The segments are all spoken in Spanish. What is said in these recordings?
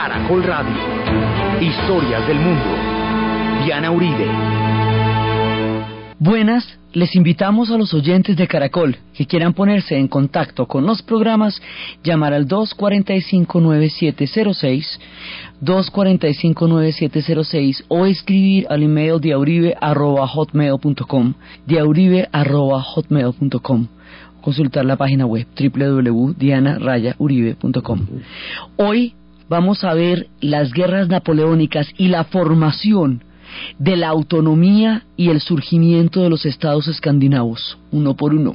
Caracol Radio. Historias del mundo. Diana Uribe. Buenas, les invitamos a los oyentes de Caracol que quieran ponerse en contacto con los programas, llamar al 245-9706, 245-9706 o escribir al email diauribe@hotmail.com, diauribe@hotmail.com. Consultar la página web www.diana-uribe.com. Hoy vamos a ver las guerras napoleónicas y la formación de la autonomía y el surgimiento de los estados escandinavos, uno por uno.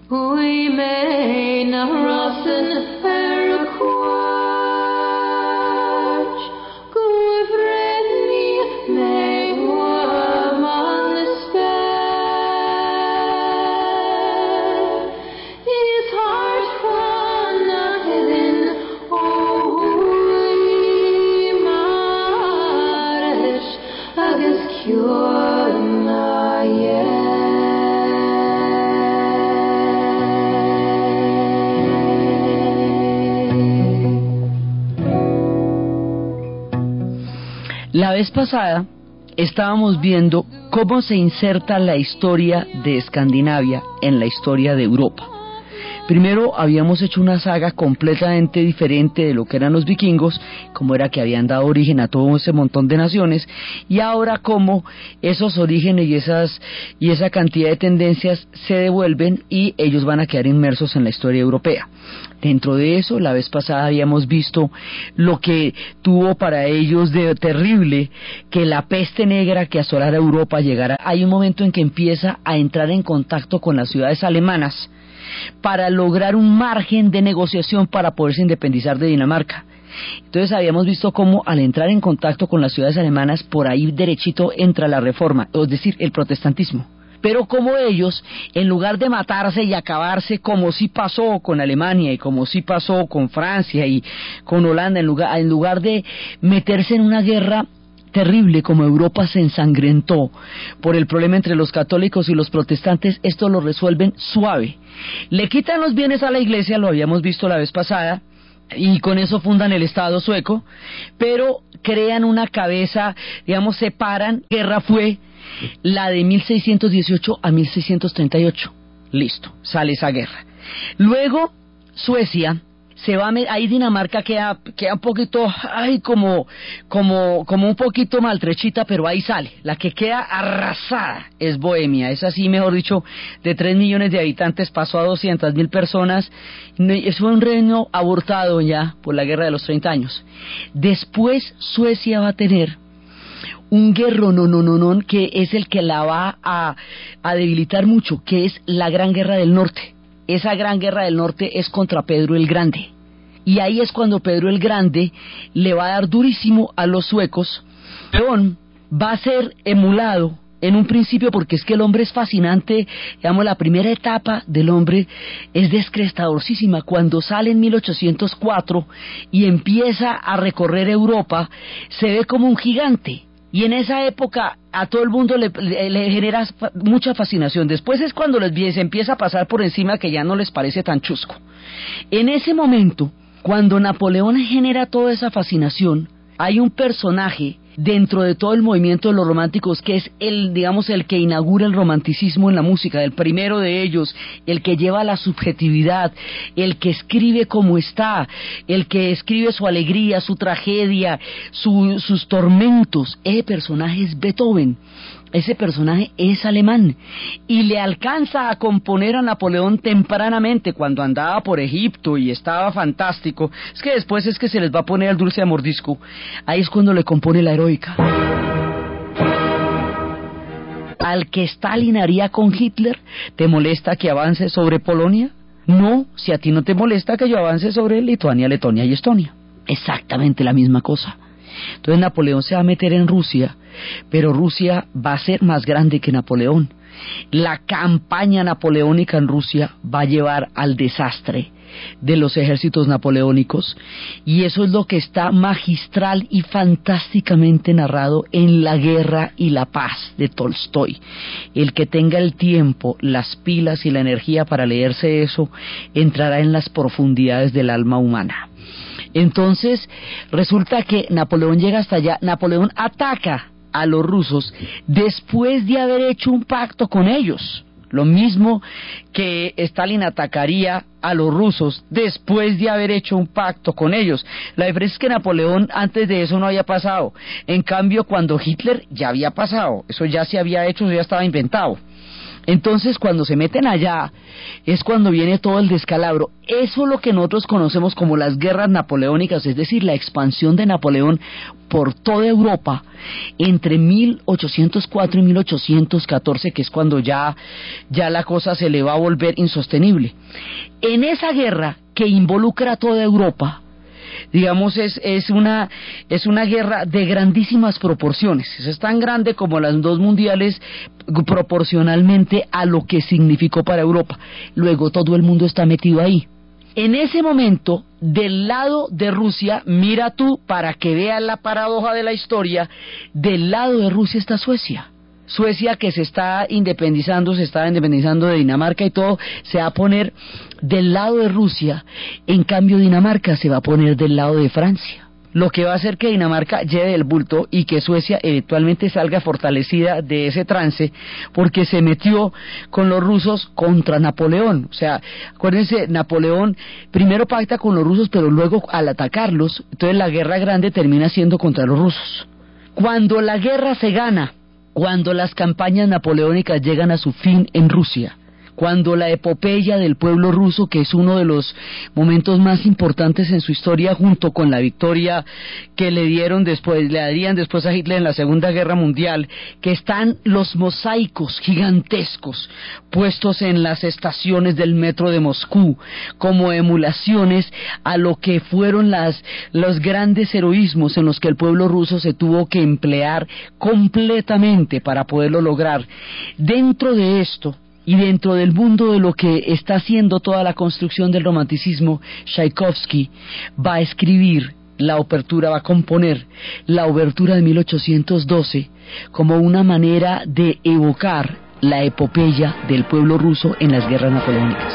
La vez pasada estábamos viendo cómo se inserta la historia de Escandinavia en la historia de Europa. Primero habíamos hecho una saga completamente diferente de lo que eran los vikingos, cómo era que habían dado origen a todo ese montón de naciones, y ahora cómo esos orígenes y esa cantidad de tendencias se devuelven y ellos van a quedar inmersos en la historia europea. Dentro de eso, la vez pasada habíamos visto lo que tuvo para ellos de terrible que la peste negra que asolara Europa llegara. Hay un momento en que empieza a entrar en contacto con las ciudades alemanas para lograr un margen de negociación para poderse independizar de Dinamarca. Entonces habíamos visto cómo al entrar en contacto con las ciudades alemanas, por ahí derechito entra la reforma, es decir, el protestantismo. Pero como ellos, en lugar de matarse y acabarse, como sí pasó con Alemania y como sí pasó con Francia y con Holanda, en lugar de meterse en una guerra terrible como Europa se ensangrentó por el problema entre los católicos y los protestantes, esto lo resuelven suave. Le quitan los bienes a la iglesia, lo habíamos visto la vez pasada, y con eso fundan el Estado sueco, pero crean una cabeza, digamos, separan. Guerra fue la de 1618 a 1638. Listo, sale esa guerra. Luego Suecia se va ahí Dinamarca queda un poquito, como un poquito maltrechita, pero ahí sale. La que queda arrasada es Bohemia, es así, mejor dicho, de 3 millones de habitantes pasó a 200.000 personas. Fue un reino abortado ya por la guerra de los 30 años. Después Suecia va a tener un guerrón que es el que la va a debilitar mucho, que es la Gran Guerra del Norte. Esa Gran Guerra del Norte es contra Pedro el Grande. Y ahí es cuando Pedro el Grande le va a dar durísimo a los suecos. León va a ser emulado en un principio porque es que el hombre es fascinante. Digamos, la primera etapa del hombre es descrestadorcísima. Cuando sale en 1804 y empieza a recorrer Europa, se ve como un gigante. Y en esa época a todo el mundo le genera mucha fascinación. Después es cuando se empieza a pasar por encima que ya no les parece tan chusco. En ese momento, cuando Napoleón genera toda esa fascinación, hay un personaje dentro de todo el movimiento de los románticos que es el que inaugura el romanticismo en la música, el primero de ellos, el que lleva la subjetividad, el que escribe como está, el que escribe su alegría, su tragedia, sus tormentos. Ese personaje es Beethoven. Ese personaje es alemán y le alcanza a componer a Napoleón tempranamente cuando andaba por Egipto y estaba fantástico. Es que después es que se les va a poner el dulce a mordisco. Ahí es cuando le compone la heroica. Al que Stalin haría con Hitler, ¿te molesta que avance sobre Polonia? No, si a ti no te molesta que yo avance sobre Lituania, Letonia y Estonia. Exactamente la misma cosa. Entonces Napoleón se va a meter en Rusia, pero Rusia va a ser más grande que Napoleón. La campaña napoleónica en Rusia va a llevar al desastre de los ejércitos napoleónicos, y eso es lo que está magistral y fantásticamente narrado en La Guerra y la Paz de Tolstoy. El que tenga el tiempo, las pilas y la energía para leerse eso, entrará en las profundidades del alma humana. Entonces resulta que Napoleón llega hasta allá, Napoleón ataca a los rusos después de haber hecho un pacto con ellos. Lo mismo que Stalin atacaría a los rusos después de haber hecho un pacto con ellos. La diferencia es que Napoleón antes de eso no había pasado. En cambio, cuando Hitler ya había pasado, eso ya se había hecho, eso ya estaba inventado. Entonces, cuando se meten allá, es cuando viene todo el descalabro. Eso es lo que nosotros conocemos como las guerras napoleónicas, es decir, la expansión de Napoleón por toda Europa entre 1804 y 1814, que es cuando ya la cosa se le va a volver insostenible. En esa guerra que involucra a toda Europa, digamos, es una guerra de grandísimas proporciones. Es tan grande como las dos mundiales proporcionalmente a lo que significó para Europa. Luego todo el mundo está metido ahí. En ese momento, del lado de Rusia, mira tú, para que veas la paradoja de la historia, del lado de Rusia está Suecia. Suecia, que se estaba independizando de Dinamarca y todo, se va a poner del lado de Rusia. En cambio, Dinamarca se va a poner del lado de Francia, lo que va a hacer que Dinamarca lleve el bulto y que Suecia eventualmente salga fortalecida de ese trance, porque se metió con los rusos contra Napoleón. O sea, acuérdense, Napoleón primero pacta con los rusos, pero luego al atacarlos, entonces la guerra grande termina siendo contra los rusos. Cuando la guerra se gana, cuando las campañas napoleónicas llegan a su fin en Rusia, cuando la epopeya del pueblo ruso, que es uno de los momentos más importantes en su historia, junto con la victoria que le darían después a Hitler en la Segunda Guerra Mundial, que están los mosaicos gigantescos puestos en las estaciones del metro de Moscú como emulaciones a lo que fueron los grandes heroísmos en los que el pueblo ruso se tuvo que emplear completamente para poderlo lograr. Dentro de esto, y dentro del mundo de lo que está haciendo toda la construcción del romanticismo, Tchaikovsky va a escribir la obertura, va a componer la obertura de 1812 como una manera de evocar la epopeya del pueblo ruso en las guerras napoleónicas.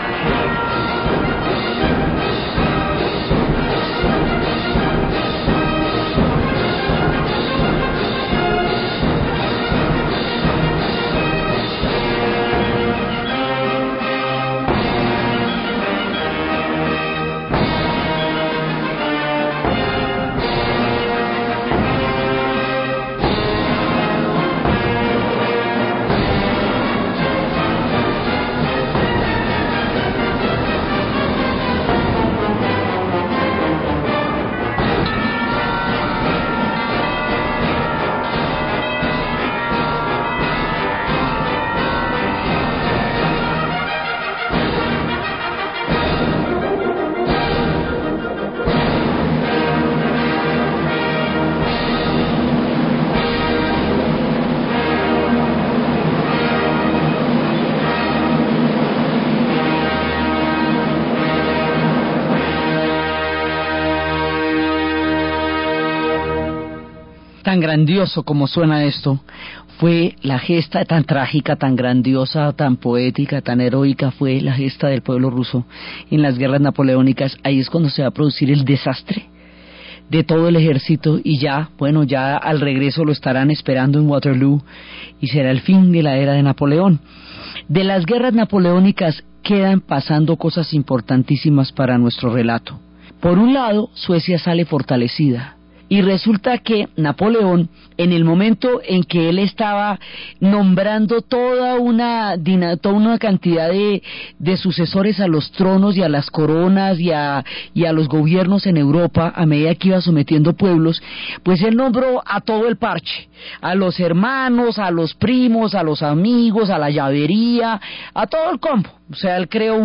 Tan grandioso como suena esto fue la gesta, tan trágica, tan grandiosa, tan poética, tan heroica fue la gesta del pueblo ruso en las guerras napoleónicas. Ahí es cuando se va a producir el desastre de todo el ejército y ya al regreso lo estarán esperando en Waterloo y será el fin de la era de Napoleón. De las guerras napoleónicas quedan pasando cosas importantísimas para nuestro relato. Por un lado, Suecia sale fortalecida. Y resulta que Napoleón, en el momento en que él estaba nombrando toda una cantidad de sucesores a los tronos y a las coronas y a los gobiernos en Europa, a medida que iba sometiendo pueblos, pues él nombró a todo el parche, a los hermanos, a los primos, a los amigos, a la llavería, a todo el combo. O sea, él creó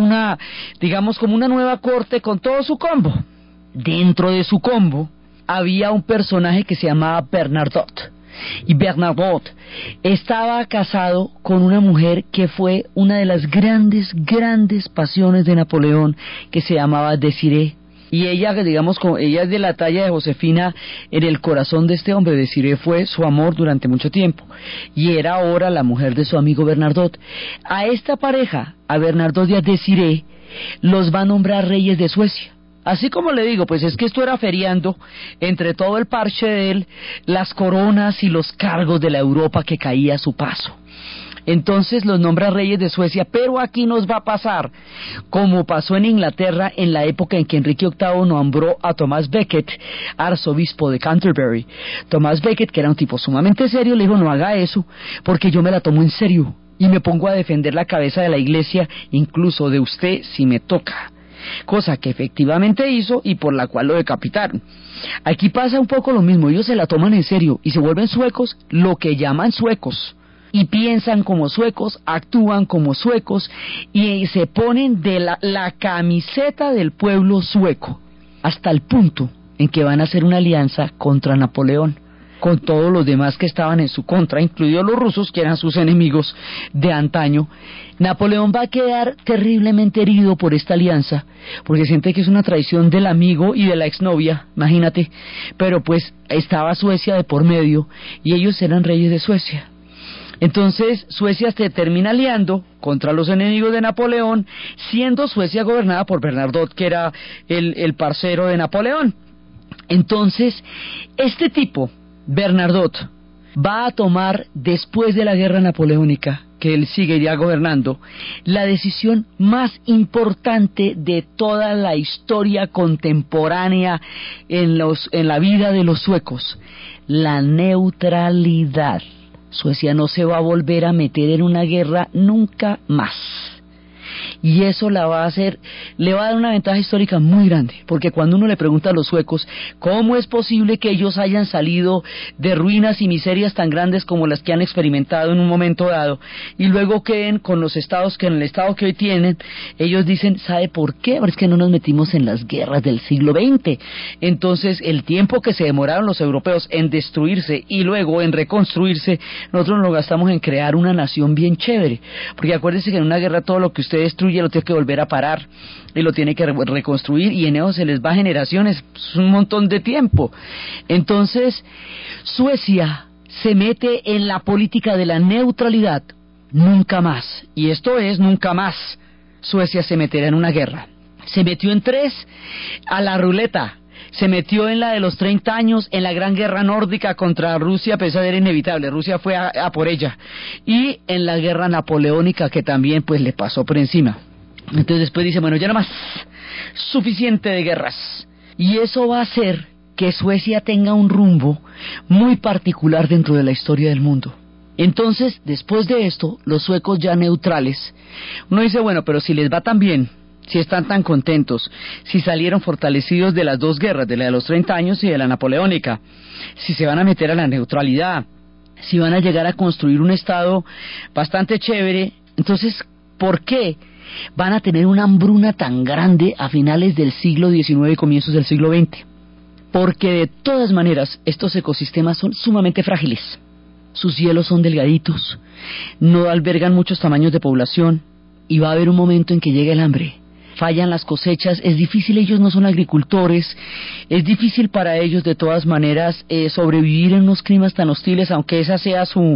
como una nueva corte con todo su combo. Dentro de su combo había un personaje que se llamaba Bernadotte, y Bernadotte estaba casado con una mujer que fue una de las grandes pasiones de Napoleón, que se llamaba Désirée, y ella, ella es de la talla de Josefina en el corazón de este hombre. Désirée fue su amor durante mucho tiempo, y era ahora la mujer de su amigo Bernadotte. A esta pareja, a Bernadotte y a Désirée, los va a nombrar reyes de Suecia. Así como le digo, pues es que esto era feriando entre todo el parche de él, las coronas y los cargos de la Europa que caía a su paso. Entonces los nombra reyes de Suecia, pero aquí nos va a pasar, como pasó en Inglaterra en la época en que Enrique VIII nombró a Thomas Becket arzobispo de Canterbury. Thomas Becket, que era un tipo sumamente serio, le dijo: no haga eso, porque yo me la tomo en serio y me pongo a defender la cabeza de la iglesia, incluso de usted si me toca. Cosa que efectivamente hizo y por la cual lo decapitaron. Aquí pasa un poco lo mismo, ellos se la toman en serio y se vuelven suecos, lo que llaman suecos, y piensan como suecos, actúan como suecos y se ponen de la camiseta del pueblo sueco, hasta el punto en que van a hacer una alianza contra Napoleón, con todos los demás que estaban en su contra, incluidos los rusos, que eran sus enemigos de antaño. Napoleón va a quedar terriblemente herido por esta alianza, porque siente que es una traición del amigo y de la exnovia, imagínate, pero pues estaba Suecia de por medio, y ellos eran reyes de Suecia. Entonces Suecia se termina aliando contra los enemigos de Napoleón, siendo Suecia gobernada por Bernadotte, que era el parcero de Napoleón. Entonces, este tipo, Bernadotte, va a tomar, después de la guerra napoleónica, que él seguiría gobernando, la decisión más importante de toda la historia contemporánea en la vida de los suecos: la neutralidad. Suecia no se va a volver a meter en una guerra nunca más. Y eso le va a dar una ventaja histórica muy grande, porque cuando uno le pregunta a los suecos cómo es posible que ellos hayan salido de ruinas y miserias tan grandes como las que han experimentado en un momento dado, y luego queden con los estados que en el estado que hoy tienen, ellos dicen: ¿sabe por qué? Es que no nos metimos en las guerras del siglo XX. Entonces el tiempo que se demoraron los europeos en destruirse y luego en reconstruirse, nosotros nos lo gastamos en crear una nación bien chévere, porque acuérdense que en una guerra todo lo que usted destruye lo tiene que volver a parar y lo tiene que reconstruir, y en eso se les va generaciones, es un montón de tiempo. Entonces Suecia se mete en la política de la neutralidad, nunca más, y esto es nunca más Suecia se meterá en una guerra. Se metió en 3 a la ruleta. Se metió en la de los 30 años, en la gran guerra nórdica contra Rusia, pues era inevitable, Rusia fue a por ella, y en la guerra napoleónica, que también pues le pasó por encima. Entonces después dice: bueno, ya no más, suficiente de guerras. Y eso va a hacer que Suecia tenga un rumbo muy particular dentro de la historia del mundo. Entonces, después de esto, los suecos ya neutrales, uno dice: bueno, pero si les va tan bien, si están tan contentos, si salieron fortalecidos de las 2 guerras, de la de los 30 años y de la napoleónica, si se van a meter a la neutralidad, si van a llegar a construir un estado bastante chévere, entonces, ¿por qué van a tener una hambruna tan grande a finales del siglo XIX y comienzos del siglo XX? Porque de todas maneras estos ecosistemas son sumamente frágiles. Sus hielos son delgaditos, no albergan muchos tamaños de población, y va a haber un momento en que llega el hambre. Fallan las cosechas, es difícil, ellos no son agricultores, es difícil para ellos de todas maneras sobrevivir en unos climas tan hostiles, aunque esa sea su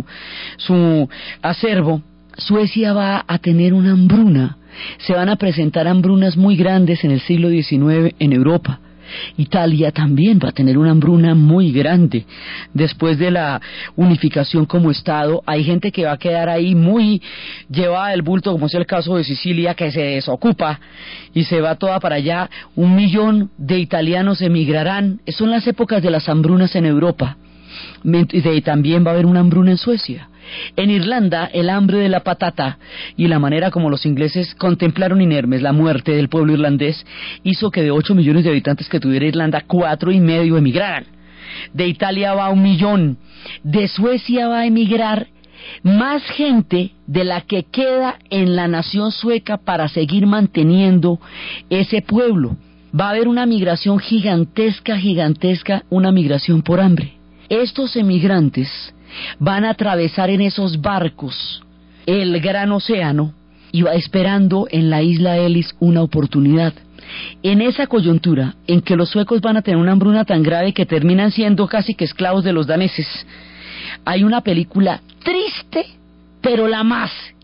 acervo. Suecia va a tener una hambruna, se van a presentar hambrunas muy grandes en el siglo XIX en Europa. Italia también va a tener una hambruna muy grande después de la unificación como estado. Hay gente que va a quedar ahí muy llevada del bulto, como es el caso de Sicilia, que se desocupa y se va toda para allá. 1 millón de italianos emigrarán. Son las épocas de las hambrunas en Europa. Y también va a haber una hambruna en Suecia. En Irlanda, el hambre de la patata y la manera como los ingleses contemplaron inermes la muerte del pueblo irlandés hizo que de 8 millones de habitantes que tuviera Irlanda, 4,5 emigraran. De Italia va 1 millón. De Suecia va a emigrar más gente de la que queda en la nación sueca para seguir manteniendo ese pueblo. Va a haber una migración gigantesca, una migración por hambre. Estos emigrantes van a atravesar en esos barcos el gran océano y va esperando en la isla Ellis una oportunidad. En esa coyuntura en que los suecos van a tener una hambruna tan grave que terminan siendo casi que esclavos de los daneses, hay una película triste, pero la más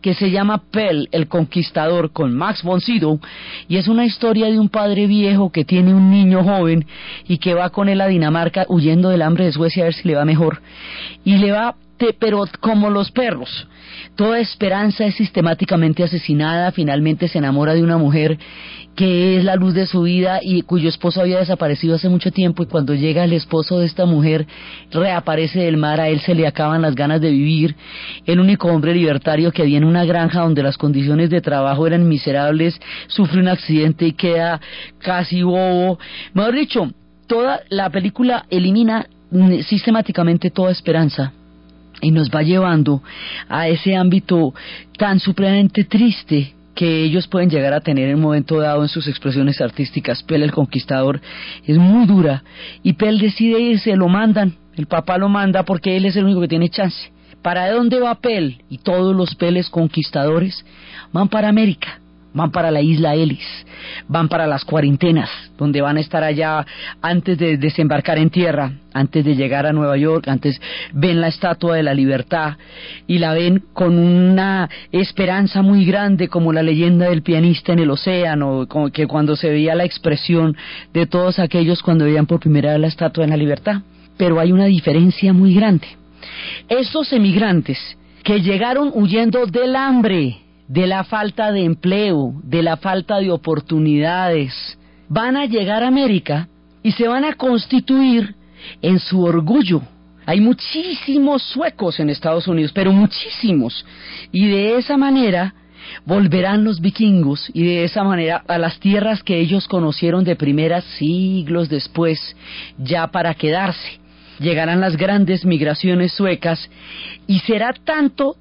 que se llama Pell, el Conquistador, con Max von Sydow, y es una historia de un padre viejo que tiene un niño joven y que va con él a Dinamarca huyendo del hambre de Suecia a ver si le va mejor, y le va pero como los perros. Toda esperanza es sistemáticamente asesinada, finalmente se enamora de una mujer que es la luz de su vida y cuyo esposo había desaparecido hace mucho tiempo, y cuando llega el esposo de esta mujer reaparece del mar, a él se le acaban las ganas de vivir. El único hombre libertario que había en una granja donde las condiciones de trabajo eran miserables sufre un accidente y queda casi bobo. Mejor dicho, toda la película elimina sistemáticamente toda esperanza y nos va llevando a ese ámbito tan supremamente triste que ellos pueden llegar a tener en un momento dado en sus expresiones artísticas. Pell el Conquistador es muy dura y Pell decide irse, lo mandan, el papá lo manda porque él es el único que tiene chance. ¿Para dónde va Pell? Y todos los Pelles conquistadores van para América, van para la isla Ellis, van para las cuarentenas, donde van a estar allá antes de desembarcar en tierra, antes de llegar a Nueva York. Antes ven la Estatua de la Libertad y la ven con una esperanza muy grande, como la leyenda del pianista en el océano, como que cuando se veía la expresión de todos aquellos cuando veían por primera vez la Estatua de la Libertad. Pero hay una diferencia muy grande. Estos emigrantes que llegaron huyendo del hambre, de la falta de empleo, de la falta de oportunidades, van a llegar a América y se van a constituir en su orgullo. Hay muchísimos suecos en Estados Unidos, pero muchísimos, y de esa manera volverán los vikingos, y de esa manera a las tierras que ellos conocieron de primeras siglos después, ya para quedarse. Llegarán las grandes migraciones suecas y será tanto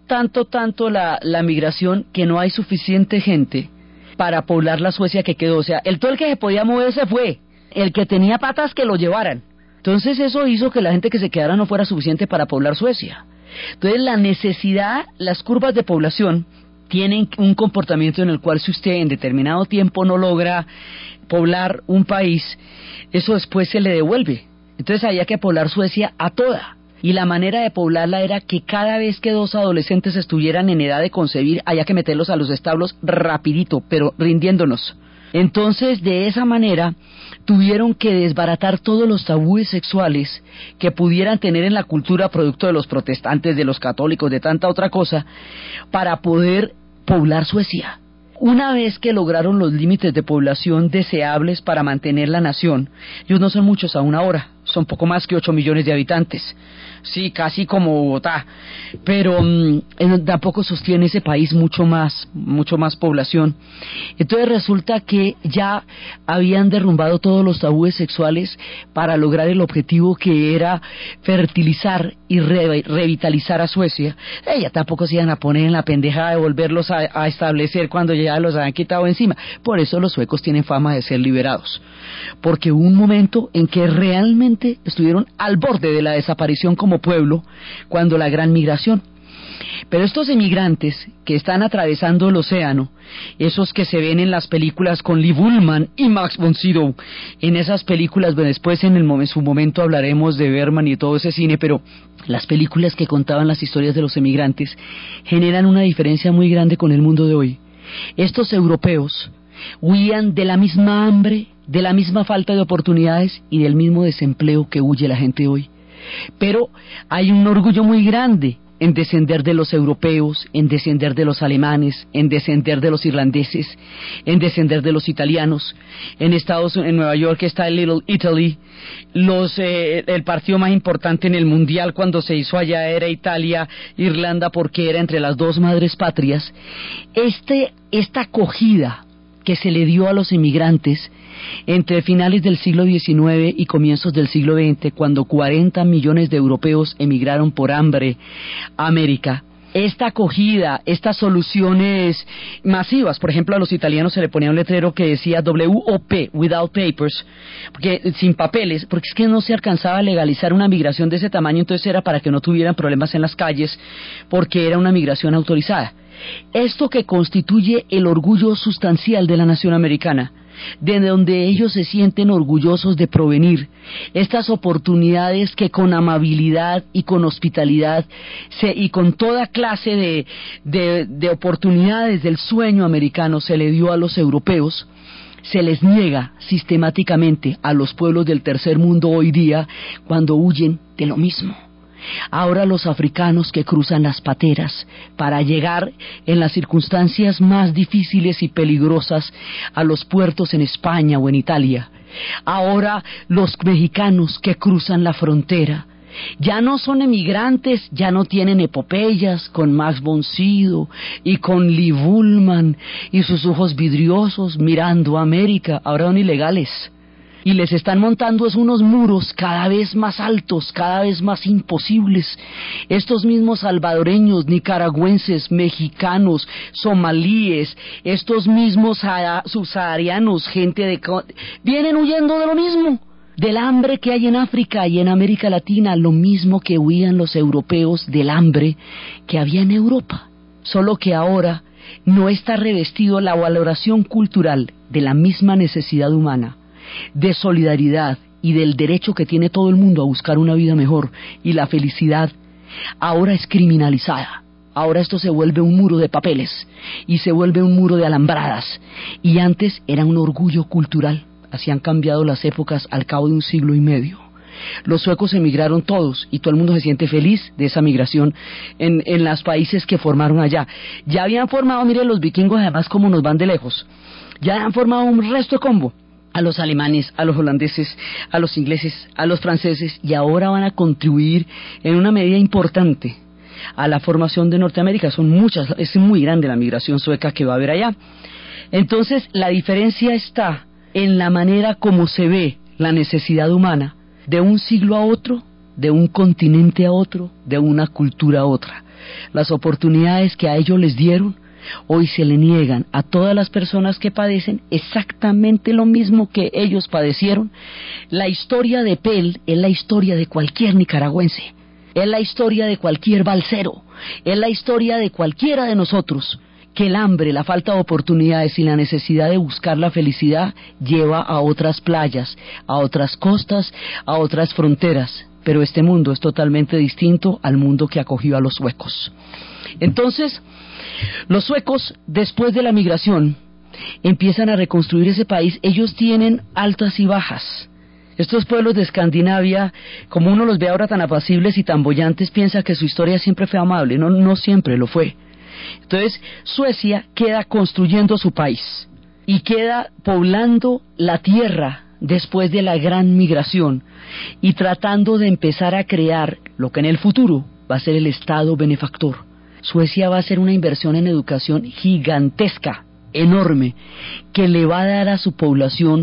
la migración que no hay suficiente gente para poblar la Suecia que quedó. O sea, todo el que se podía mover se fue, el que tenía patas que lo llevaran. Entonces eso hizo que la gente que se quedara no fuera suficiente para poblar Suecia. Entonces la necesidad, las curvas de población tienen un comportamiento en el cual si usted en determinado tiempo no logra poblar un país, eso después se le devuelve. Entonces había que poblar Suecia a toda, y la manera de poblarla era que cada vez que 2 adolescentes estuvieran en edad de concebir, había que meterlos a los establos rapidito, pero rindiéndonos. Entonces de esa manera tuvieron que desbaratar todos los tabúes sexuales que pudieran tener en la cultura producto de los protestantes, de los católicos, de tanta otra cosa, para poder poblar Suecia. Una vez que lograron los límites de población deseables para mantener la nación, ellos no son muchos aún ahora, son poco más que 8 millones de habitantes, sí, casi como Bogotá, pero tampoco sostiene ese país mucho más población. Entonces resulta que ya habían derrumbado todos los tabúes sexuales para lograr el objetivo que era fertilizar y revitalizar a Suecia. Ya tampoco se iban a poner en la pendejada de volverlos a establecer cuando ya los habían quitado encima. Por eso los suecos tienen fama de ser liberados, porque hubo un momento en que realmente estuvieron al borde de la desaparición como pueblo, cuando la gran migración. Pero estos emigrantes que están atravesando el océano, esos que se ven en las películas con Liv Ullmann y Max von Sydow, en esas películas, bueno, después en su momento hablaremos de Bergman y de todo ese cine, pero las películas que contaban las historias de los emigrantes generan una diferencia muy grande con el mundo de hoy. Estos europeos huían de la misma hambre, de la misma falta de oportunidades y del mismo desempleo que huye la gente hoy. Pero hay un orgullo muy grande en descender de los europeos, en descender de los alemanes, en descender de los irlandeses, en descender de los italianos. En Nueva York está el Little Italy. El partido más importante en el mundial cuando se hizo allá era Italia-Irlanda, porque era entre las 2 madres patrias. Esta acogida que se le dio a los inmigrantes entre finales del siglo XIX y comienzos del siglo XX, cuando 40 millones de europeos emigraron por hambre a América. Esta acogida, estas soluciones masivas, por ejemplo, a los italianos se le ponía un letrero que decía WOP, Without Papers, porque sin papeles, porque es que no se alcanzaba a legalizar una migración de ese tamaño, entonces era para que no tuvieran problemas en las calles, porque era una migración autorizada. Esto que constituye el orgullo sustancial de la nación americana de donde ellos se sienten orgullosos de provenir, estas oportunidades que con amabilidad y con hospitalidad y con toda clase de oportunidades del sueño americano se le dio a los europeos, se les niega sistemáticamente a los pueblos del tercer mundo hoy día cuando huyen de lo mismo. Ahora los africanos que cruzan las pateras para llegar en las circunstancias más difíciles y peligrosas a los puertos en España o en Italia. Ahora los mexicanos que cruzan la frontera ya no son emigrantes, ya no tienen epopeyas con Max von Sydow y con Lee Bullman y sus ojos vidriosos mirando a América, ahora son ilegales. Y les están montando unos muros cada vez más altos, cada vez más imposibles. Estos mismos salvadoreños, nicaragüenses, mexicanos, somalíes, estos mismos subsaharianos, vienen huyendo de lo mismo, del hambre que hay en África y en América Latina, lo mismo que huían los europeos del hambre que había en Europa. Solo que ahora no está revestido la valoración cultural de la misma necesidad humana, de solidaridad y del derecho que tiene todo el mundo a buscar una vida mejor y la felicidad, ahora es criminalizada. Ahora esto se vuelve un muro de papeles y se vuelve un muro de alambradas, y antes era un orgullo cultural. Así han cambiado las épocas al cabo de un siglo y medio. Los suecos emigraron todos y todo el mundo se siente feliz de esa migración en los países que formaron allá. Ya habían formado, miren los vikingos además como nos van de lejos, ya han formado un resto de combo. A los alemanes, a los holandeses, a los ingleses, a los franceses, y ahora van a contribuir en una medida importante a la formación de Norteamérica. Es muy grande la migración sueca que va a haber allá. Entonces, la diferencia está en la manera como se ve la necesidad humana de un siglo a otro, de un continente a otro, de una cultura a otra. Las oportunidades que a ellos les dieron hoy se le niegan a todas las personas que padecen exactamente lo mismo que ellos padecieron. La historia de Pell es la historia de cualquier nicaragüense, es la historia de cualquier balsero, es la historia de cualquiera de nosotros, que el hambre, la falta de oportunidades y la necesidad de buscar la felicidad lleva a otras playas, a otras costas, a otras fronteras. Pero este mundo es totalmente distinto al mundo que acogió a los suecos. Entonces, los suecos, después de la migración, empiezan a reconstruir ese país. Ellos tienen altas y bajas. Estos pueblos de Escandinavia, como uno los ve ahora tan apacibles y tan bollantes, piensa que su historia siempre fue amable. No siempre lo fue. Entonces, Suecia queda construyendo su país y queda poblando la tierra después de la gran migración y tratando de empezar a crear lo que en el futuro va a ser el Estado benefactor. Suecia va a hacer una inversión en educación gigantesca, enorme, que le va a dar a su población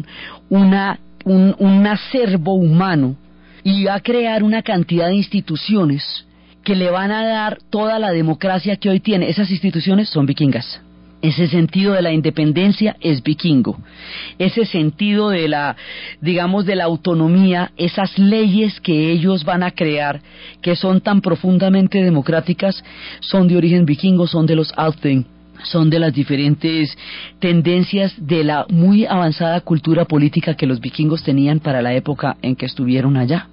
un acervo humano y va a crear una cantidad de instituciones que le van a dar toda la democracia que hoy tiene. Esas instituciones son vikingas. Ese sentido de la independencia es vikingo. Ese sentido de la autonomía, esas leyes que ellos van a crear, que son tan profundamente democráticas, son de origen vikingo, son de los Althing, son de las diferentes tendencias de la muy avanzada cultura política que los vikingos tenían para la época en que estuvieron allá.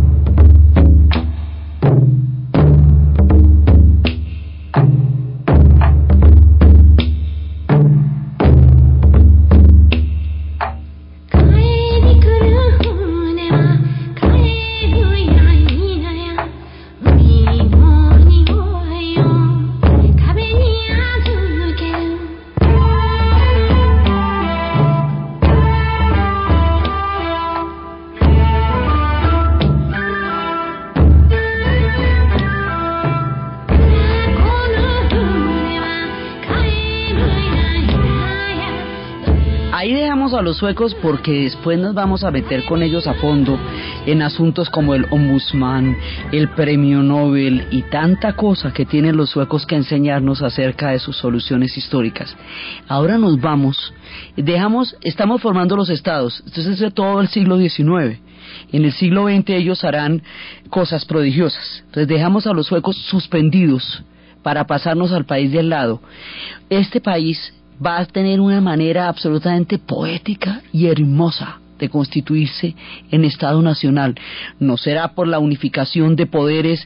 A los suecos porque después nos vamos a meter con ellos a fondo en asuntos como el ombudsman, el premio Nobel y tanta cosa que tienen los suecos que enseñarnos acerca de sus soluciones históricas. Ahora nos vamos, estamos formando los estados, entonces es todo el siglo XIX. En el siglo XX ellos harán cosas prodigiosas, entonces dejamos a los suecos suspendidos para pasarnos al país de al lado. Este país va a tener una manera absolutamente poética y hermosa de constituirse en Estado Nacional. No será por la unificación de poderes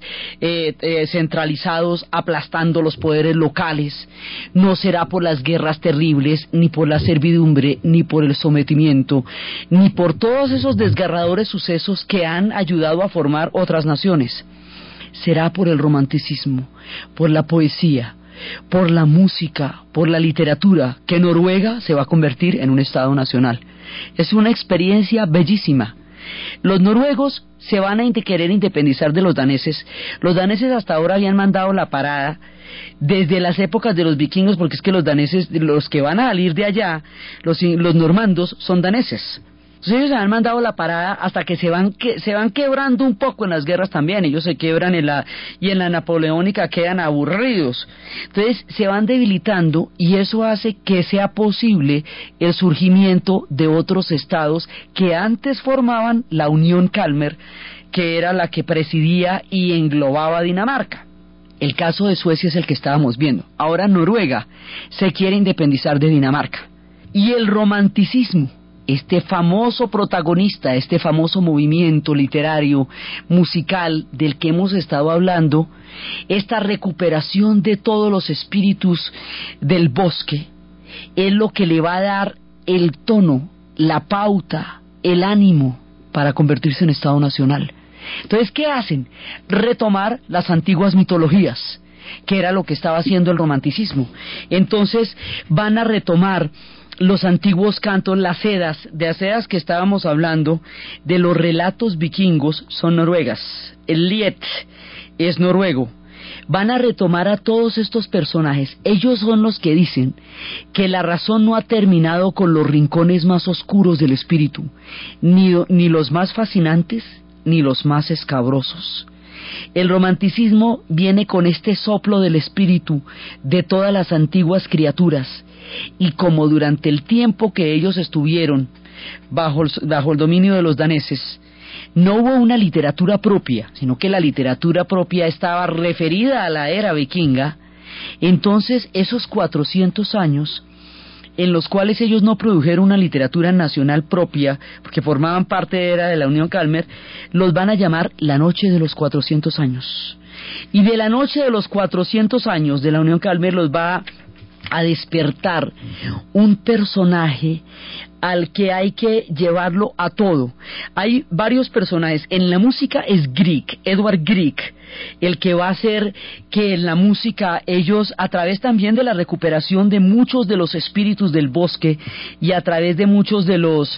centralizados aplastando los poderes locales, no será por las guerras terribles, ni por la servidumbre, ni por el sometimiento, ni por todos esos desgarradores sucesos que han ayudado a formar otras naciones. Será por el romanticismo, por la poesía, por la música, por la literatura, que Noruega se va a convertir en un Estado nacional. Es una experiencia bellísima. Los noruegos se van a querer independizar de los daneses. Los daneses hasta ahora habían mandado la parada desde las épocas de los vikingos, porque es que los daneses, los que van a salir de allá, los normandos, son daneses. Entonces ellos se han mandado la parada hasta que se van quebrando un poco en las guerras también. Ellos se quiebran en la napoleónica quedan aburridos. Entonces se van debilitando y eso hace que sea posible el surgimiento de otros estados que antes formaban la Unión Kalmar, que era la que presidía y englobaba a Dinamarca. El caso de Suecia es el que estábamos viendo. Ahora Noruega se quiere independizar de Dinamarca. Y el romanticismo, este famoso protagonista, este famoso movimiento literario, musical del que hemos estado hablando, esta recuperación de todos los espíritus del bosque, es lo que le va a dar el tono, la pauta, el ánimo para convertirse en Estado Nacional. Entonces, ¿qué hacen? Retomar las antiguas mitologías, que era lo que estaba haciendo el romanticismo. Entonces van a retomar los antiguos cantos, las edas, de las edas que estábamos hablando, de los relatos vikingos, son noruegas. El Lied es noruego. Van a retomar a todos estos personajes. Ellos son los que dicen que la razón no ha terminado con los rincones más oscuros del espíritu, ni los más fascinantes, ni los más escabrosos. El romanticismo viene con este soplo del espíritu de todas las antiguas criaturas, y como durante el tiempo que ellos estuvieron bajo el dominio de los daneses, no hubo una literatura propia, sino que la literatura propia estaba referida a la era vikinga, entonces esos 400 años en los cuales ellos no produjeron una literatura nacional propia, porque formaban parte de la Unión Kalmar, los van a llamar la noche de los 400 años. Y de la noche de los 400 años de la Unión Kalmar los va a despertar un personaje al que hay que llevarlo a todo. Hay varios personajes. En la música es Grieg, Edvard Grieg, el que va a hacer que en la música ellos, a través también de la recuperación de muchos de los espíritus del bosque y a través de muchos de los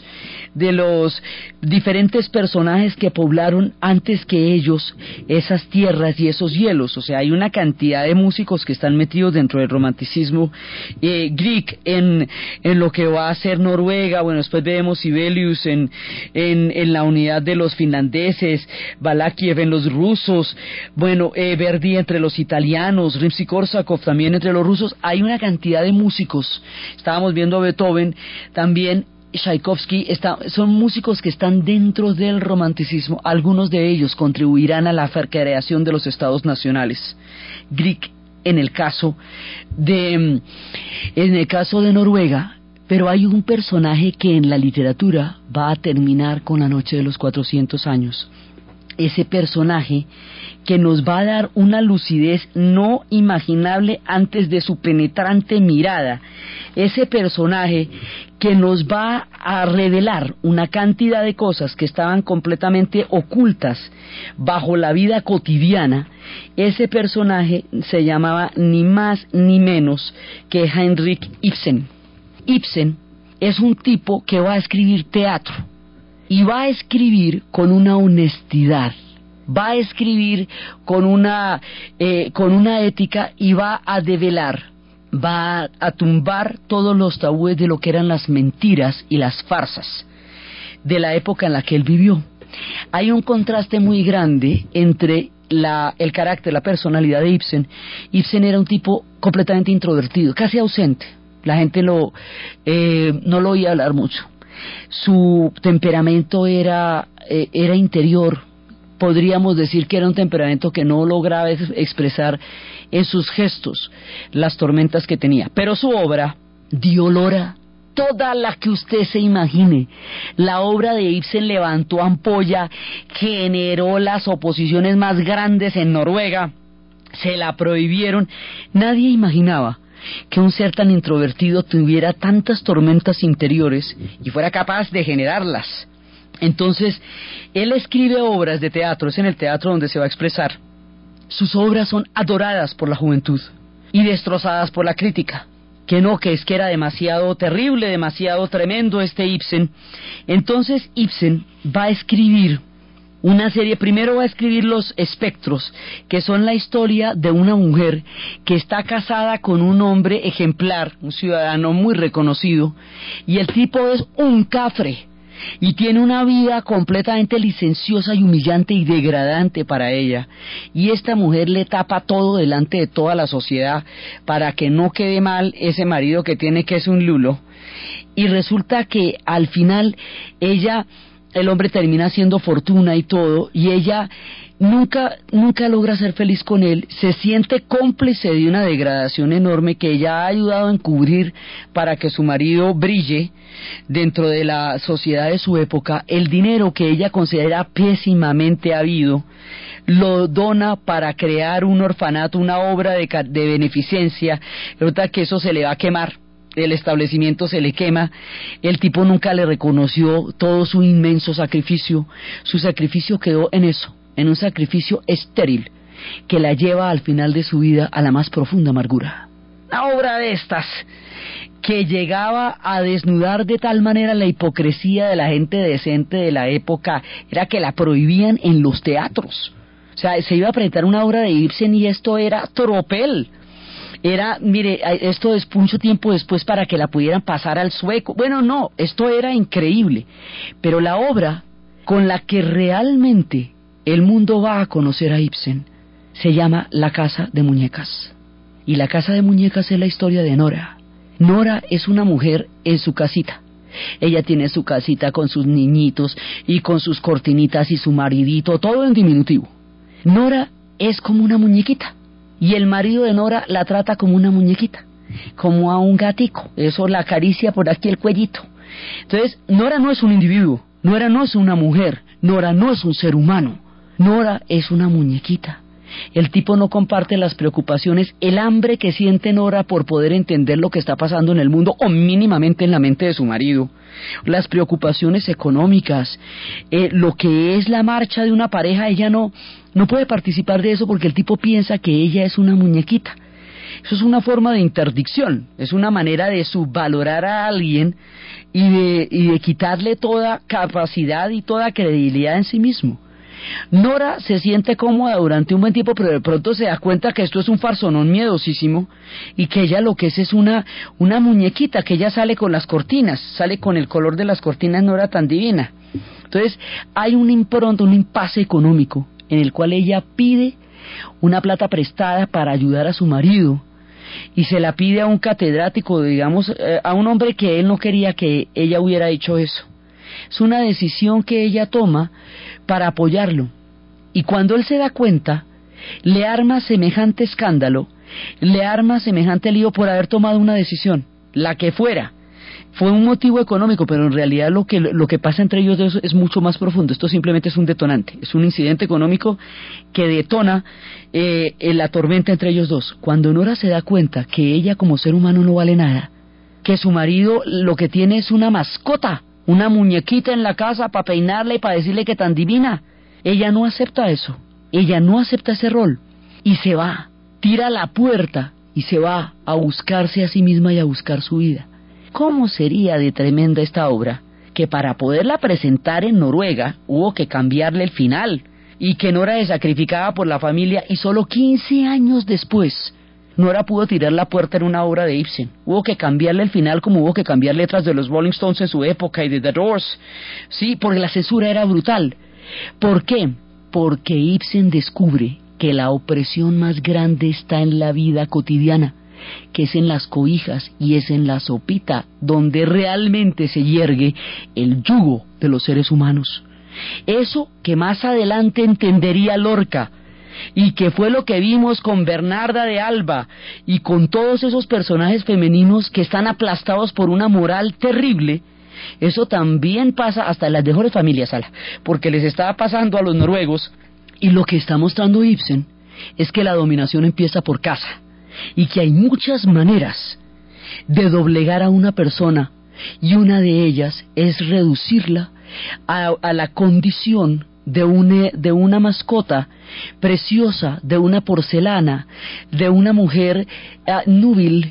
diferentes personajes que poblaron antes que ellos esas tierras y esos hielos, o sea, hay una cantidad de músicos que están metidos dentro del romanticismo. Grieg en lo que va a ser Noruega, bueno, después vemos Sibelius en la unidad de los finlandeses, Balakiev en los rusos, bueno, Verdi entre los italianos, Rimsky-Korsakov también entre los rusos. Hay una cantidad de músicos. Estábamos viendo a Beethoven, también Tchaikovsky, son músicos que están dentro del romanticismo. Algunos de ellos contribuirán a la creación de los estados nacionales. Grieg en el caso de Noruega. Pero hay un personaje que en la literatura va a terminar con la noche de los 400 años. Ese personaje que nos va a dar una lucidez no imaginable antes de su penetrante mirada. Ese personaje que nos va a revelar una cantidad de cosas que estaban completamente ocultas bajo la vida cotidiana. Ese personaje se llamaba ni más ni menos que Henrik Ibsen. Ibsen es un tipo que va a escribir teatro y va a escribir con una honestidad, va a escribir con una ética y va a develar, va a tumbar todos los tabúes de lo que eran las mentiras y las farsas de la época en la que él vivió. Hay un contraste muy grande entre el carácter, la personalidad de Ibsen. Ibsen era un tipo completamente introvertido, casi ausente. La gente no lo oía hablar mucho. Su temperamento era interior. Podríamos decir que era un temperamento que no lograba expresar en sus gestos las tormentas que tenía. Pero su obra dio lora, toda la que usted se imagine. La obra de Ibsen levantó ampolla, generó las oposiciones más grandes en Noruega, se la prohibieron. Nadie imaginaba que un ser tan introvertido tuviera tantas tormentas interiores y fuera capaz de generarlas. Entonces, él escribe obras de teatro, es en el teatro donde se va a expresar. Sus obras son adoradas por la juventud y destrozadas por la crítica. Que es que era demasiado terrible, demasiado tremendo este Ibsen. Entonces Ibsen va a escribir una serie, primero va a escribir Los Espectros, que son la historia de una mujer que está casada con un hombre ejemplar, un ciudadano muy reconocido, y el tipo es un cafre, y tiene una vida completamente licenciosa y humillante y degradante para ella, y esta mujer le tapa todo delante de toda la sociedad para que no quede mal ese marido que tiene, que es un lulo, y resulta que al final el hombre termina haciendo fortuna y todo, y ella nunca logra ser feliz con él, se siente cómplice de una degradación enorme que ella ha ayudado a encubrir para que su marido brille dentro de la sociedad de su época. El dinero que ella considera pésimamente habido lo dona para crear un orfanato, una obra de beneficencia. Resulta que eso se le va a quemar, el establecimiento se le quema. El tipo nunca le reconoció todo su inmenso sacrificio. Su sacrificio quedó en eso, en un sacrificio estéril que la lleva al final de su vida a la más profunda amargura. Una obra de estas que llegaba a desnudar de tal manera la hipocresía de la gente decente de la época, era que la prohibían en los teatros. O sea, se iba a presentar una obra de Ibsen y esto era tropel. Mire, esto es mucho tiempo después para que la pudieran pasar al sueco. Bueno, no, esto era increíble. Pero la obra con la que realmente el mundo va a conocer a Ibsen se llama La Casa de Muñecas. Y La Casa de Muñecas es la historia de Nora. Nora es una mujer en su casita. Ella tiene su casita con sus niñitos y con sus cortinitas y su maridito, todo en diminutivo. Nora es como una muñequita. Y el marido de Nora la trata como una muñequita, como a un gatico, eso la acaricia por aquí el cuellito. Entonces, Nora no es un individuo, Nora no es una mujer, Nora no es un ser humano, Nora es una muñequita. El tipo no comparte las preocupaciones, el hambre que siente Nora por poder entender lo que está pasando en el mundo o mínimamente en la mente de su marido, las preocupaciones económicas, lo que es la marcha de una pareja. Ella no puede participar de eso porque el tipo piensa que ella es una muñequita. Eso es una forma de interdicción, es una manera de subvalorar a alguien y de quitarle toda capacidad y toda credibilidad en sí mismo. Nora se siente cómoda durante un buen tiempo, pero de pronto se da cuenta que esto es un farsonón miedosísimo y que ella lo que es una muñequita, que ella sale con las cortinas, sale con el color de las cortinas, Nora tan divina. Entonces hay un impasse económico en el cual ella pide una plata prestada para ayudar a su marido y se la pide a un catedrático, digamos, a un hombre que él no quería que ella hubiera hecho eso. Es una decisión que ella toma para apoyarlo, y cuando él se da cuenta, le arma semejante escándalo, le arma semejante lío por haber tomado una decisión, la que fuera. Fue un motivo económico, pero en realidad lo que pasa entre ellos dos es mucho más profundo. Esto simplemente es un detonante, es un incidente económico que detona la tormenta entre ellos dos. Cuando Nora se da cuenta que ella como ser humano no vale nada, que su marido lo que tiene es una mascota, una muñequita en la casa para peinarla y para decirle que tan divina, ella no acepta eso, ella no acepta ese rol y se va, tira la puerta y se va a buscarse a sí misma y a buscar su vida. ¿Cómo sería de tremenda esta obra que para poderla presentar en Noruega hubo que cambiarle el final y que Nora se sacrificaba por la familia, y solo 15 años después Nora pudo tirar la puerta en una obra de Ibsen? Hubo que cambiarle el final como hubo que cambiar letras de los Rolling Stones en su época y de The Doors, sí, porque la censura era brutal. ¿Por qué? Porque Ibsen descubre que la opresión más grande está en la vida cotidiana, que es en las cobijas y es en la sopita donde realmente se yergue el yugo de los seres humanos. Eso que más adelante entendería Lorca, y que fue lo que vimos con Bernarda de Alba y con todos esos personajes femeninos que están aplastados por una moral terrible, eso también pasa hasta en las mejores familias, Ala, porque les estaba pasando a los noruegos. Y lo que está mostrando Ibsen es que la dominación empieza por casa y que hay muchas maneras de doblegar a una persona, y una de ellas es reducirla a la condición de una mascota preciosa, de una porcelana, de una mujer núbil,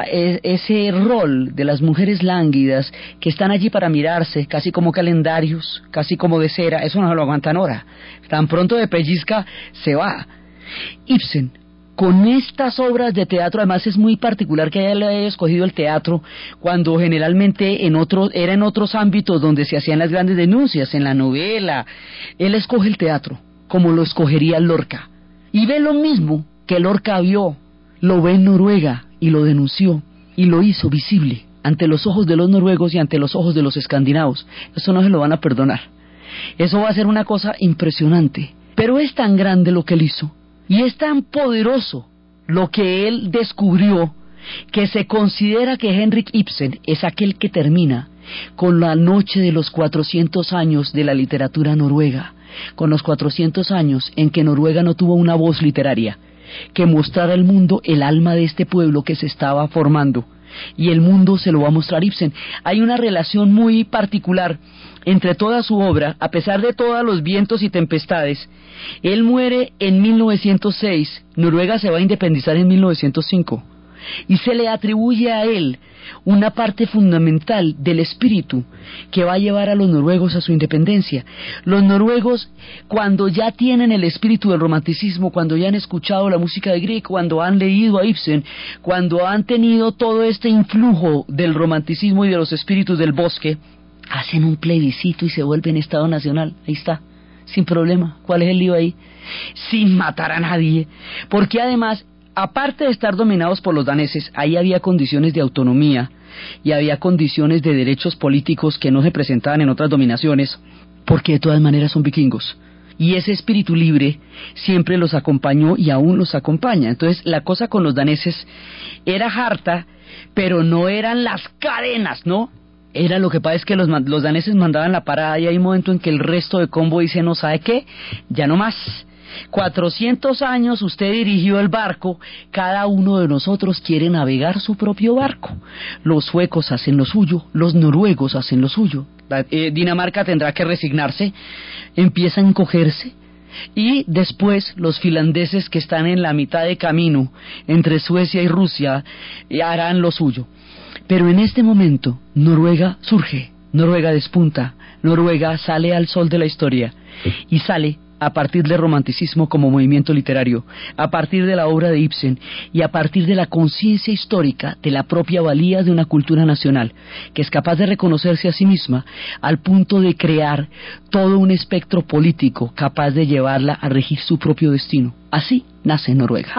ese rol de las mujeres lánguidas que están allí para mirarse, casi como calendarios, casi como de cera. Eso no se lo aguantan ahora, tan pronto de pellizca se va. Ibsen, con estas obras de teatro, además es muy particular que haya escogido el teatro cuando generalmente era en otros ámbitos donde se hacían las grandes denuncias, en la novela. Él escoge el teatro como lo escogería Lorca, y ve lo mismo que Lorca vio, lo ve en Noruega y lo denunció y lo hizo visible ante los ojos de los noruegos y ante los ojos de los escandinavos. Eso no se lo van a perdonar. Eso va a ser una cosa impresionante, pero es tan grande lo que él hizo y es tan poderoso lo que él descubrió, que se considera que Henrik Ibsen es aquel que termina con la noche de los 400 años de la literatura noruega, con los 400 años en que Noruega no tuvo una voz literaria que mostrara al mundo el alma de este pueblo que se estaba formando, y el mundo se lo va a mostrar Ibsen. Hay una relación muy particular entre toda su obra, a pesar de todos los vientos y tempestades. Él muere en 1906, Noruega se va a independizar en 1905, y se le atribuye a él una parte fundamental del espíritu que va a llevar a los noruegos a su independencia. Los noruegos, cuando ya tienen el espíritu del romanticismo, cuando ya han escuchado la música de Grieg, cuando han leído a Ibsen, cuando han tenido todo este influjo del romanticismo y de los espíritus del bosque, hacen un plebiscito y se vuelven Estado Nacional. Ahí está, sin problema. ¿Cuál es el lío ahí? Sin matar a nadie, porque además, aparte de estar dominados por los daneses, ahí había condiciones de autonomía y había condiciones de derechos políticos que no se presentaban en otras dominaciones, porque de todas maneras son vikingos. Y ese espíritu libre siempre los acompañó y aún los acompaña. Entonces la cosa con los daneses era harta, pero no eran las cadenas, ¿no? Era lo que pasa es que los daneses mandaban la parada y hay un momento en que el resto de combo dice, no sabe qué, ya no más. 400 años usted dirigió el barco, cada uno de nosotros quiere navegar su propio barco. Los suecos hacen lo suyo, los noruegos hacen lo suyo. Dinamarca tendrá que resignarse, empieza a encogerse, y después los finlandeses, que están en la mitad de camino entre Suecia y Rusia, harán lo suyo. Pero en este momento Noruega surge, Noruega despunta, Noruega sale al sol de la historia, y sale a partir del romanticismo como movimiento literario, a partir de la obra de Ibsen y a partir de la conciencia histórica de la propia valía de una cultura nacional, que es capaz de reconocerse a sí misma al punto de crear todo un espectro político capaz de llevarla a regir su propio destino. Así nace Noruega.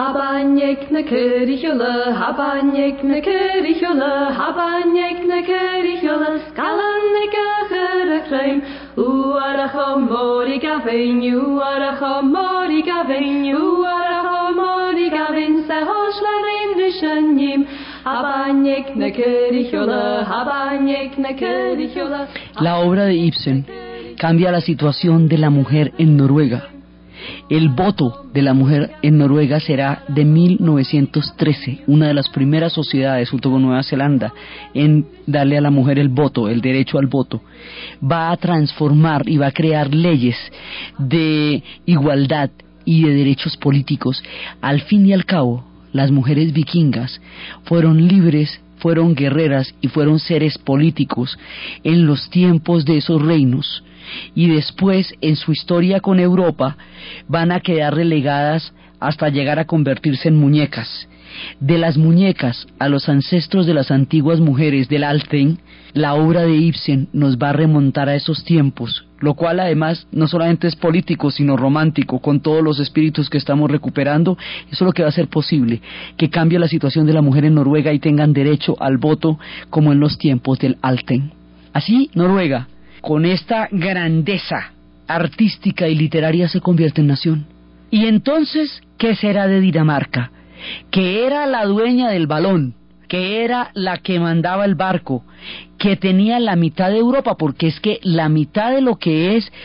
La obra de Ibsen cambia la situación de la mujer en Noruega. El voto de la mujer en Noruega será de 1913, una de las primeras sociedades junto con Nueva Zelanda en darle a la mujer el voto, el derecho al voto. Va a transformar y va a crear leyes de igualdad y de derechos políticos. Al fin y al cabo, las mujeres vikingas fueron libres, fueron guerreras y fueron seres políticos en los tiempos de esos reinos. Y después, en su historia con Europa, van a quedar relegadas hasta llegar a convertirse en muñecas. De las muñecas a los ancestros de las antiguas mujeres del Alten, la obra de Ibsen nos va a remontar a esos tiempos, lo cual además no solamente es político, sino romántico, con todos los espíritus que estamos recuperando. Eso es lo que va a hacer posible que cambie la situación de la mujer en Noruega y tengan derecho al voto como en los tiempos del Alten. Así, Noruega, con esta grandeza artística y literaria, se convierte en nación. Y entonces, ¿qué será de Dinamarca? Que era la dueña del balón, que era la que mandaba el barco, que tenía la mitad de Europa, porque es que la mitad de lo que es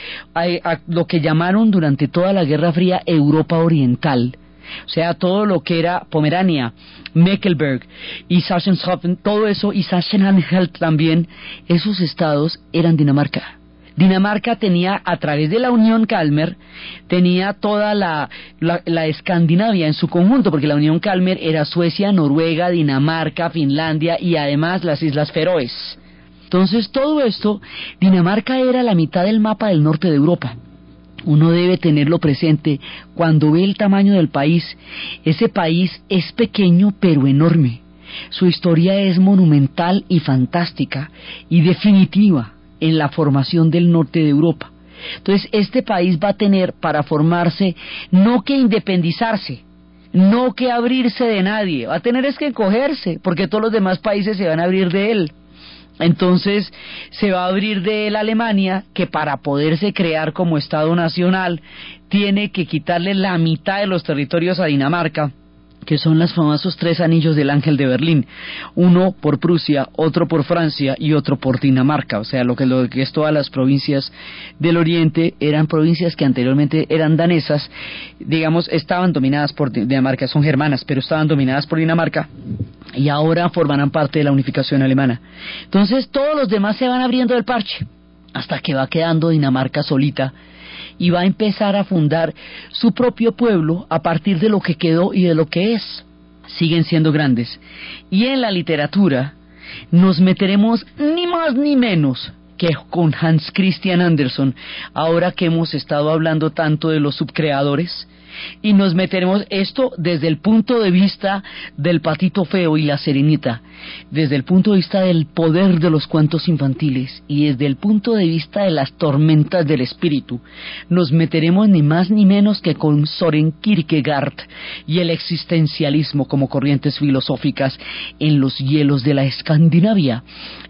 lo que llamaron durante toda la Guerra Fría Europa Oriental, o sea, todo lo que era Pomerania, Mecklenburg y Sachsenhofen, todo eso, y Sachsen-Anhalt también, esos estados eran Dinamarca. Dinamarca tenía, a través de la Unión Kalmar, tenía toda la Escandinavia en su conjunto, porque la Unión Kalmar era Suecia, Noruega, Dinamarca, Finlandia y además las Islas Feroes. Entonces todo esto, Dinamarca era la mitad del mapa del norte de Europa. Uno debe tenerlo presente cuando ve el tamaño del país. Ese país es pequeño pero enorme. Su historia es monumental y fantástica y definitiva en la formación del norte de Europa. Entonces este país va a tener para formarse no que independizarse, no que abrirse de nadie, va a tener es que encogerse, porque todos los demás países se van a abrir de él. Entonces se va a abrir de él Alemania, que para poderse crear como Estado nacional tiene que quitarle la mitad de los territorios a Dinamarca, que son los famosos 3 anillos del Ángel de Berlín, uno por Prusia, otro por Francia y otro por Dinamarca. O sea, lo que es todas las provincias del Oriente eran provincias que anteriormente eran danesas, digamos, estaban dominadas por Dinamarca, son germanas, pero estaban dominadas por Dinamarca y ahora formarán parte de la unificación alemana. Entonces todos los demás se van abriendo del parche hasta que va quedando Dinamarca solita y va a empezar a fundar su propio pueblo a partir de lo que quedó y de lo que es. Siguen siendo grandes. Y en la literatura nos meteremos ni más ni menos que con Hans Christian Andersen, ahora que hemos estado hablando tanto de los subcreadores, y nos meteremos esto desde el punto de vista del Patito Feo y la Sirenita, desde el punto de vista del poder de los cuentos infantiles y desde el punto de vista de las tormentas del espíritu. Nos meteremos ni más ni menos que con Søren Kierkegaard y el existencialismo como corrientes filosóficas en los hielos de la Escandinavia.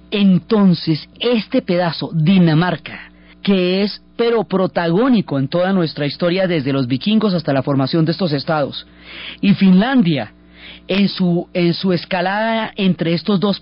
Entonces este pedazo, Dinamarca, que es pero protagónico en toda nuestra historia desde los vikingos hasta la formación de estos estados, y Finlandia en su escalada entre estos dos